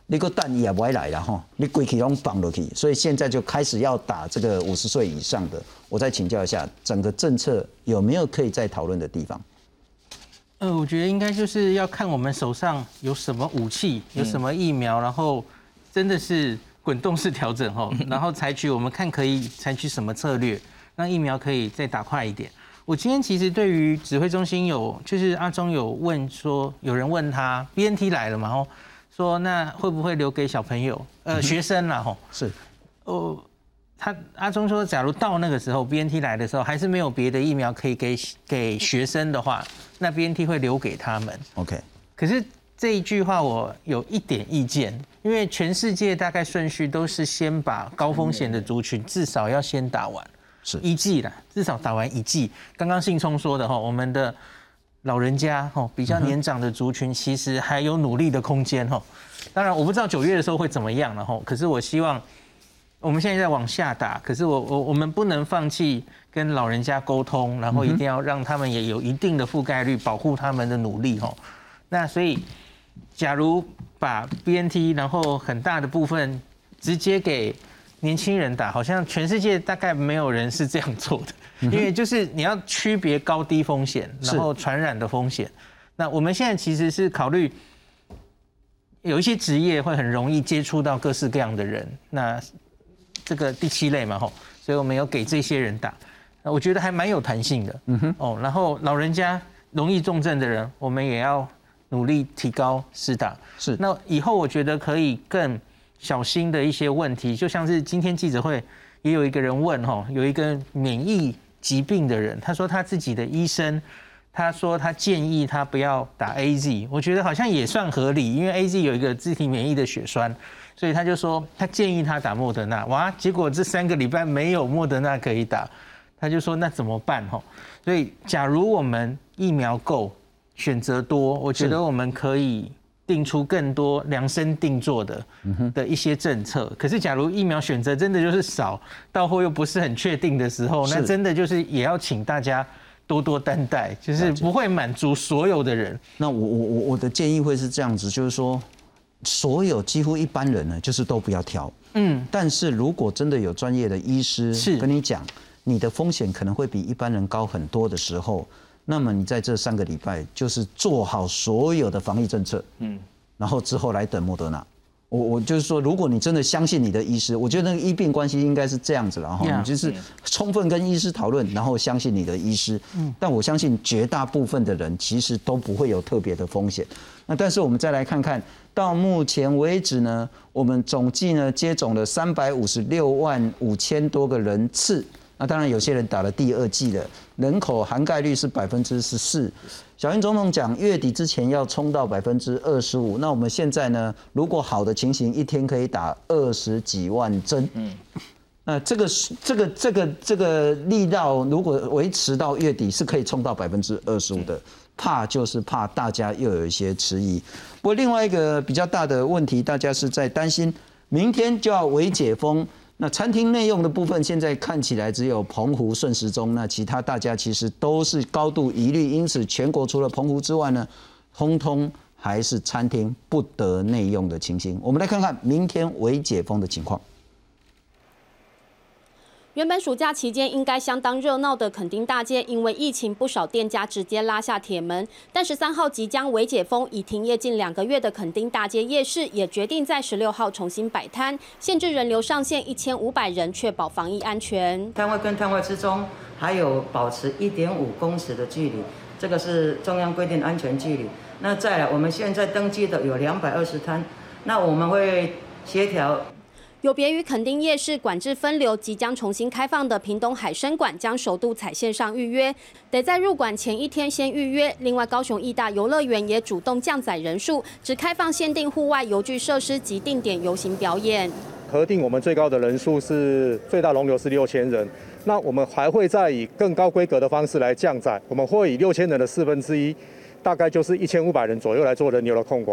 你个蛋也不会来了哈，你规气拢绑落去，所以现在就开始要打这个50岁以上的。我再请教一下，整个政策有没有可以再讨论的地方？ 我觉得应该就是要看我们手上有什么武器，有什么疫苗，然后真的是滚动式调整哈，然后采取我们看可以采取什么策略，让疫苗可以再打快一点。我今天其实对于指挥中心就是阿中有问说，有人问他 BNT 来了嘛吼，说那会不会留给小朋友学生啦吼？ 是， 阿中说，假如到那个时候 BNT 来的时候，还是没有别的疫苗可以给学生的话，那 BNT 会留给他们。 OK。 可是这一句话我有一点意见，因为全世界大概顺序都是先把高风险的族群至少要先打完。 是 1剂啦，至少打完1剂。刚刚信聪说的哈，我们的老人家哈，比较年长的族群其实还有努力的空间哈。当然我不知道9月的时候会怎么样了哈，可是我希望我们现在在往下打，可是我们不能放弃跟老人家沟通，然后一定要让他们也有一定的覆盖率，保护他们的努力哈。那所以，假如把 BNT 然后很大的部分直接给年轻人打，好像全世界大概没有人是这样做的，因为就是你要区别高低风险，然后传染的风险。那我们现在其实是考虑有一些职业会很容易接触到各式各样的人，那这个第7类嘛吼，所以我们有给这些人打，那我觉得还蛮有弹性的。然后老人家容易重症的人，我们也要努力提高施打。 是， 那以后我觉得可以更小心的一些问题，就像是今天记者会也有一个人问哈，有一个免疫疾病的人，他说他自己的医生，他说他建议他不要打 AZ， 我觉得好像也算合理，因为 AZ 有一个自体免疫的血栓，所以他就说他建议他打莫德纳，哇，结果这3个礼拜没有莫德纳可以打，他就说那怎么办哈？所以假如我们疫苗够，选择多，我觉得我们可以定出更多量身定做的一些政策。可是，假如疫苗选择真的就是少，到货又不是很确定的时候，那真的就是也要请大家多多担待，就是不会满足所有的人。 那我的建议会是这样子，就是说，所有几乎一般人呢，就是都不要挑。但是如果真的有专业的医师跟你讲，你的风险可能会比一般人高很多的时候，那么你在这3个礼拜就是做好所有的防疫政策，然后之后来等莫德纳。我就是说，如果你真的相信你的医师，我觉得那个医病关系应该是这样子了哈，你就是充分跟医师讨论，然后相信你的医师。但我相信绝大部分的人其实都不会有特别的风险。那但是我们再来看看，到目前为止呢，我们总计呢接种了356万5千多个人次。那当然，有些人打了第2剂的，人口涵盖率是14%。小英总统讲，月底之前要冲到25%。那我们现在呢，如果好的情形，一天可以打20几万针。那这个力道，如果维持到月底，是可以冲到25%的。怕就是怕大家又有一些迟疑。不过另外一个比较大的问题，大家是在担心，明天就要微解封。那餐厅内用的部分，现在看起来只有澎湖、顺时钟，那其他大家其实都是高度疑虑，因此全国除了澎湖之外呢，通通还是餐厅不得内用的情形。我们来看看明天微解封的情况。 原本暑假期间应该相当热闹的垦丁大街，因为疫情，不少店家直接拉下铁门。但13号即将微解封，已停业近2个月的垦丁大街夜市，也决定在16号重新摆摊，限制人流上限1500人，确保防疫安全。 摊位跟摊位之中还有保持1.5公尺的距离，这个是中央规定的安全距离。那再来，我们现在登记的有220摊，那我们会协调。 有别于垦丁夜市管制分流，即将重新开放的屏东海参馆将首度采线上预约，得在入馆前1天先预约。另外，高雄义大游乐园也主动降载人数，只开放限定户外游具设施及定点游行表演。 核定我们最高的人数是最大容留是6000人，那我们还会再以更高规格的方式来降载，我们会以6000人的1/4，大概就是1500人左右来做人流的控管。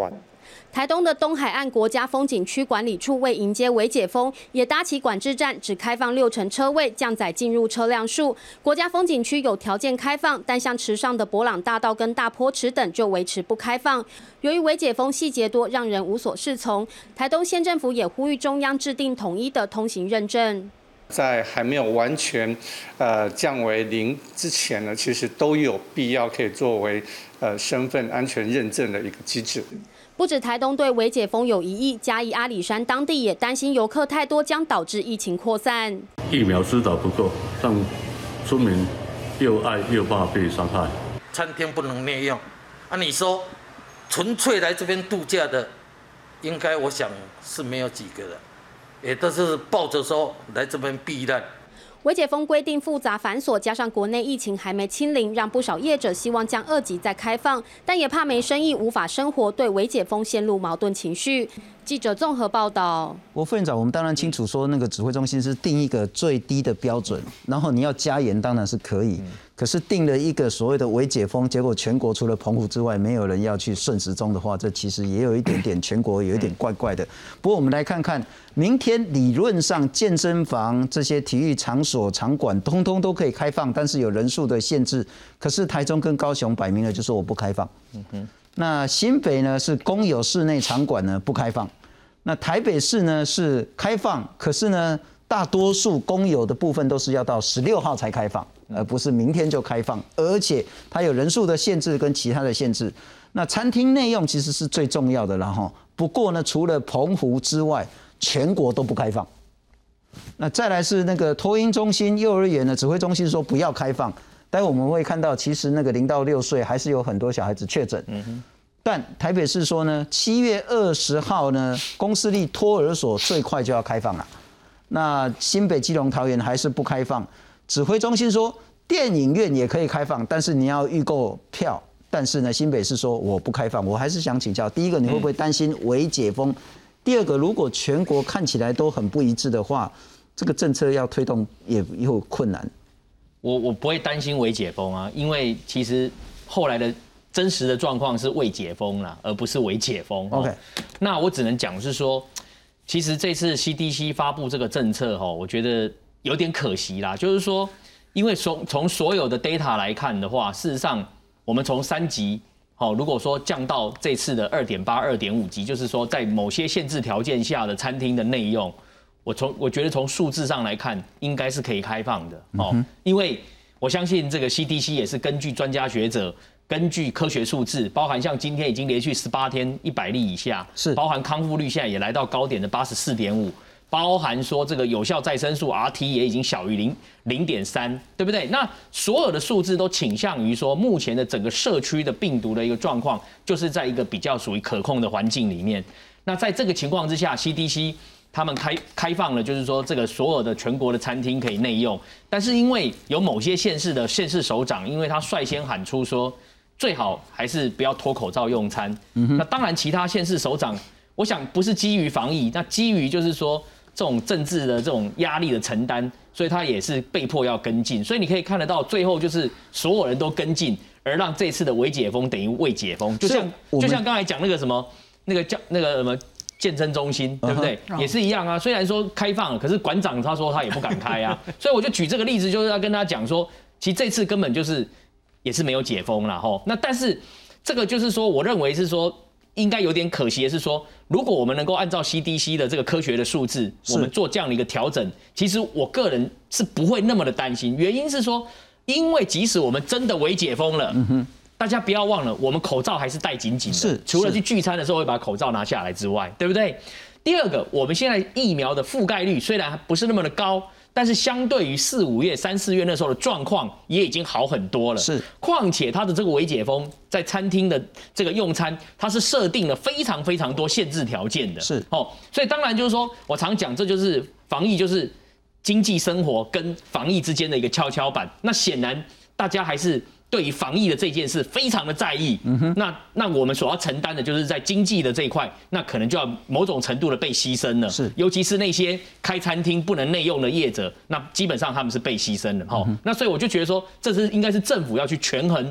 台东的东海岸国家风景区管理处为迎接微解封，也搭起管制站，只开放60%车位，降载进入车辆数。国家风景区有条件开放，但像池上的伯朗大道跟大坡池等就维持不开放。由于微解封细节多，让人无所适从。台东县政府也呼吁中央制定统一的通行认证。 在还没有完全降为0之前呢，其实都有必要可以作为身份安全认证的一个机制。 不止台东对微解封有疑义，嘉义阿里山当地也担心游客太多将导致疫情扩散。 疫苗施打不够，让村民又爱又怕被伤害。 餐厅不能内用，你说纯粹来这边度假的，应该我想是没有几个的，也都是抱着说来这边避难。 微解封规定复杂繁琐，加上国内疫情还没清零，让不少业者希望将2级再开放，但也怕没生意无法生活，对微解封陷入矛盾情绪。记者综合报道。 副院长，我们当然清楚说，那个指挥中心是定一个最低的标准，然后你要加严当然是可以，可是定了一个所谓的微解封，结果全国除了澎湖之外，没有人要去顺时钟的话，这其实也有一点点全国有一点怪怪的。不过我们来看看，明天理论上健身房这些体育场所场馆通通都可以开放，但是有人数的限制。可是台中跟高雄摆明了就说我不开放。那新北呢是公有室内场馆呢不开放，那台北市呢是开放，可是呢大多数公有的部分都是要到16号才开放，而不是明天就开放，而且它有人数的限制跟其他的限制。那餐厅内用其实是最重要的啦齁，不过呢除了澎湖之外，全国都不开放。那再来是那个托婴中心、幼儿园的指挥中心说不要开放。待会我们会看到，其实那个0到6岁还是有很多小孩子确诊。但台北市说呢，7月20号呢，公私立托儿所最快就要开放了。那新北、基隆、桃园还是不开放。指挥中心说，电影院也可以开放，但是你要预购票。但是呢，新北市说我不开放。我还是想请教，第一个，你会不会担心微解封？第二个，如果全国看起来都很不一致的话，这个政策要推动也有困难。 我不会担心微解封啊，因为其实后来的真实的状况是未解封啦，而不是微解封。OK， 那我只能讲是说，其实这次 CDC 发布这个政策我觉得有点可惜啦，就是说，因为从所有的 data 来看的话，事实上我们从3级如果说降到这次的2.8、2.5级，就是说在某些限制条件下的餐厅的内用。我觉得从数字上来看，应该是可以开放的因为我相信这个 CDC 也是根据专家学者、根据科学数字，包含像今天已经连续18天100例以下，是包含康复率现在也来到高点的84.5%，包含说这个有效再生数 RT 也已经小于0.3，对不对？那所有的数字都倾向于说，目前的整个社区的病毒的一个状况，就是在一个比较属于可控的环境里面。那在这个情况之下 ，CDC他们开放了，就是说这个所有的全国的餐厅可以内用，但是因为有某些县市的县市首长，因为他率先喊出说最好还是不要脱口罩用餐。那当然其他县市首长，我想不是基于防疫，那基于就是说这种政治的这种压力的承担，所以他也是被迫要跟进。所以你可以看得到，最后就是所有人都跟进，而让这次的微解封等于未解封，就像刚才讲那个什么那个什么。健身中心对不对？也是一样啊。虽然说开放了，可是馆长他说他也不敢开啊。所以我就举这个例子，就是要跟他讲说，其实这次根本就是也是没有解封啦吼。那但是这个就是说，我认为是说应该有点可惜的是说，如果我们能够按照 CDC 的这个科学的数字，我们做这样的一个调整，其实我个人是不会那么的担心。原因是说，因为即使我们真的微解封了，大家不要忘了，我们口罩还是戴紧紧的。是，除了去聚餐的时候会把口罩拿下来之外，对不对？第二个，我们现在疫苗的覆盖率虽然不是那么的高，但是相对于3、5月、3、4月那时候的状况，也已经好很多了。是，况且它的这个微解封，在餐厅的这个用餐，它是设定了非常非常多限制条件的。是，所以当然就是说我常讲，这就是防疫，就是经济生活跟防疫之间的一个跷跷板。那显然大家还是对于防疫的这件事非常的在意，那我们所要承担的就是在经济的这一块，那可能就要某种程度的被牺牲了。是，尤其是那些开餐厅不能内用的业者，那基本上他们是被牺牲的。那所以我就觉得说，这是应该是政府要去权衡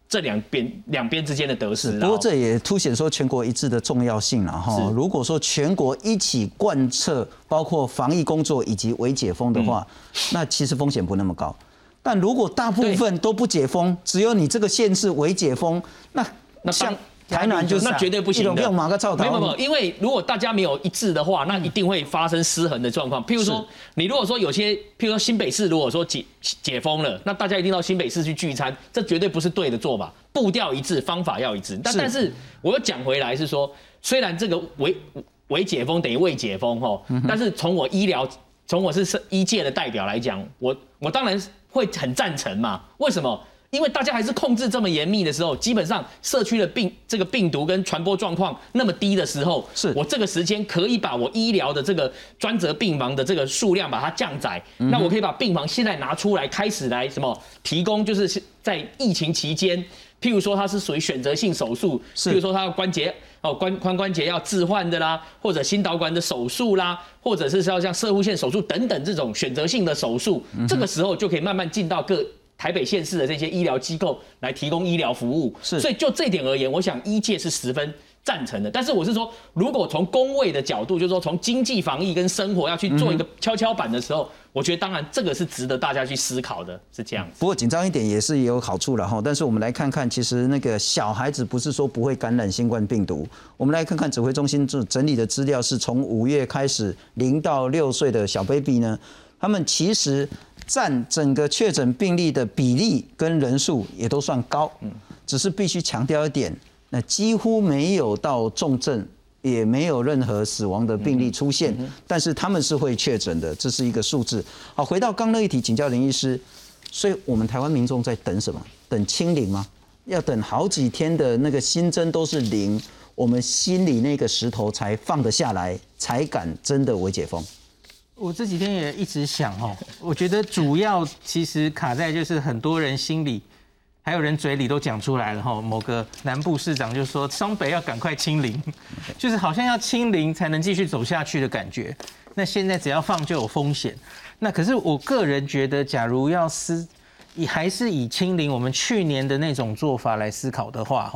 这两边之间的得失。 不过这也凸显说全国一致的重要性了哈。如果说全国一起贯彻包括防疫工作以及微解封的话，那其实风险不那么高。但如果大部分都不解封，只有你这个县市微解封，那像台南就是那绝对不行的。 用马个操没有，因为如果大家没有一致的话，那一定会发生失衡的状况。譬如说，你如果说有些，譬如说新北市如果说解封了，那大家一定到新北市去聚餐，这绝对不是对的做法。步调一致，方法要一致。但是我又讲回来是说，虽然这个微解封等于未解封哈，但是从我是医界的代表来讲，我当然会很赞成嘛。为什么？因为大家还是控制这么严密的时候，基本上社区的这个病毒跟传播状况那么低的时候，我这个时间可以把我医疗的这个专责病房的这个数量把它降载，那我可以把病房现在拿出来，开始来提供，就是在疫情期间，譬如说它是属于选择性手术，譬如说它关节髋关节要置换的啦，或者心导管的手术啦，或者是要像射护线手术等等这种选择性的手术，这个时候就可以慢慢进到台北县市的这些医疗机构来提供医疗服务，所以就这点而言，我想医界是十分赞成的。但是我是说，如果从公卫的角度，就是说从经济防疫跟生活要去做一个跷跷板的时候，我觉得当然这个是值得大家去思考的，是这样。 不过紧张一点也是有好处了哈。但是我们来看看，其实那个小孩子不是说不会感染新冠病毒。我们来看看指挥中心整理的资料，是从5月开始0到6岁的小 baby 呢，他们其实占整个确诊病例的比例跟人数也都算高，只是必须强调一点，那几乎没有到重症，也没有任何死亡的病例出现，但是他们是会确诊的，这是一个数字。好，回到刚那一题，请教林医师，所以我们台湾民众在等什么？等清零吗？要等好几天的那个新增都是0，我们心里那个石头才放得下来，才敢真的微解封。 我这几天也一直想我觉得主要其实卡在就是很多人心里，还有人嘴里都讲出来了某个南部市长就说双北要赶快清零，就是好像要清零才能继续走下去的感觉。那现在只要放就有风险。那可是我个人觉得，假如要还是以清零我们去年的那种做法来思考的话，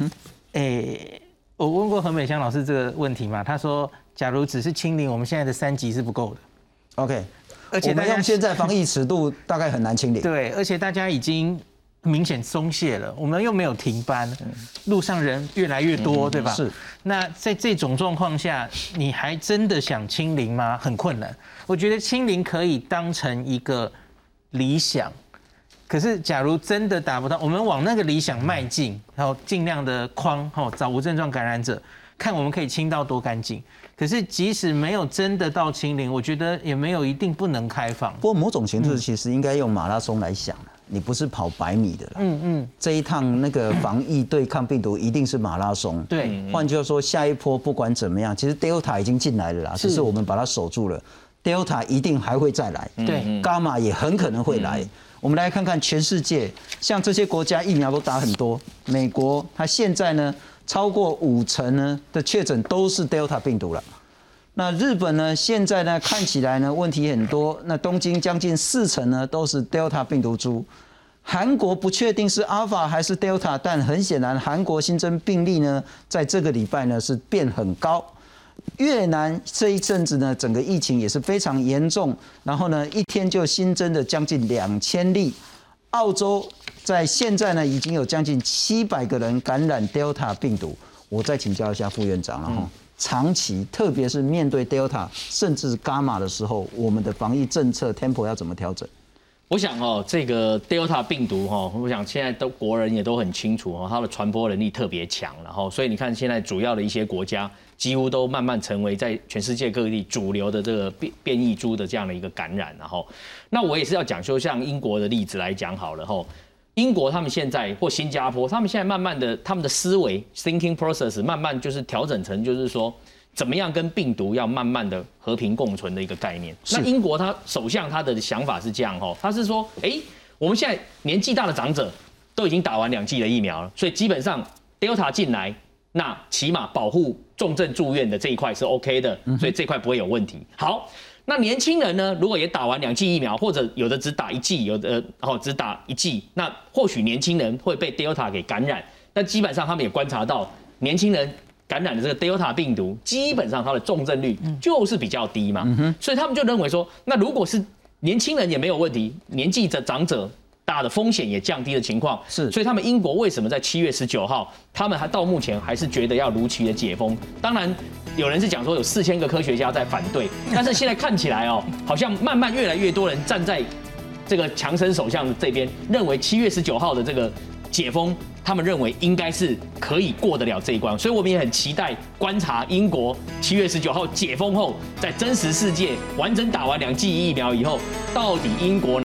我问过何美香老师这个问题嘛，他说，假如只是清零，我们现在的3级是不够的。 OK， 而且我们用现在防疫尺度大概很难清零。 对，而且大家已经明显松懈了，我们又没有停班，路上人越来越多，对吧？是。那在这种状况下，你还真的想清零吗？很困难。我觉得清零可以当成一个理想，可是假如真的达不到，我们往那个理想迈进，然后尽量的找无症状感染者，看我们可以清到多干净。可是即使没有真的到清零，我觉得也没有一定不能开放。 不过某种形式其实应该用马拉松来想，你不是跑100米的了。这一趟那个防疫对抗病毒一定是马拉松。 对， 换句话说，下一波不管怎么样，其实 Delta 已经进来了啦，只是我们把它守住了。Delta 一定还会再来， 对 ，Gamma 也很可能会来。我们来看看全世界，像这些国家疫苗都打很多，美国它现在呢超过50%呢的确诊都是 Delta 病毒了。那日本呢现在呢看起来呢问题很多，那东京将近40%呢都是 Delta 病毒株。韩国不确定是 Alpha 还是 Delta， 但很显然韩国新增病例呢在这个礼拜呢是变很高。越南这一阵子呢，整个疫情也是非常严重，然后呢，一天就新增的将近2000例。澳洲在现在呢，已经有将近700个人感染 Delta 病毒。我再请教一下副院长了哈，长期特别是面对 Delta 甚至 Gamma 的时候，我们的防疫政策 tempo 要怎么调整？ 我想这个 Delta 病毒我想现在国人也都很清楚它的传播能力特别强，然后所以你看现在主要的一些国家几乎都慢慢成为在全世界各地主流的这个变异株的这样的一个感染，然后那我也是要讲说像英国的例子来讲好了英国他们现在或新加坡，他们现在慢慢的他们的思维 thinking process 慢慢就是调整成就是说怎么样跟病毒要慢慢的和平共存的一个概念。那英国他首相他的想法是这样他是说我们现在年纪大的长者都已经打完2剂的疫苗了，所以基本上 Delta 进来，那起码保护重症住院的这一块是 OK 的，所以这块不会有问题。好， 那年轻人呢，如果也打完2剂疫苗，或者有的只打1剂，有的只打1剂，那或许年轻人会被 Delta 给感染。但基本上他们也观察到，年轻人感染的这个 Delta 病毒，基本上它的重症率就是比较低嘛，所以他们就认为说，那如果是年轻人也没有问题，年纪的长者大的风险也降低的情况，所以他们英国为什么在7月19号，他们还到目前还是觉得要如期的解封？当然，有人是讲说有4000个科学家在反对，但是现在看起来好像慢慢越来越多人站在这个强生首相这边，认为7月19号的这个解封，他们认为应该是可以过得了这一关，所以我们也很期待观察英国7月19号解封后，在真实世界完整打完2剂疫苗以后，到底英国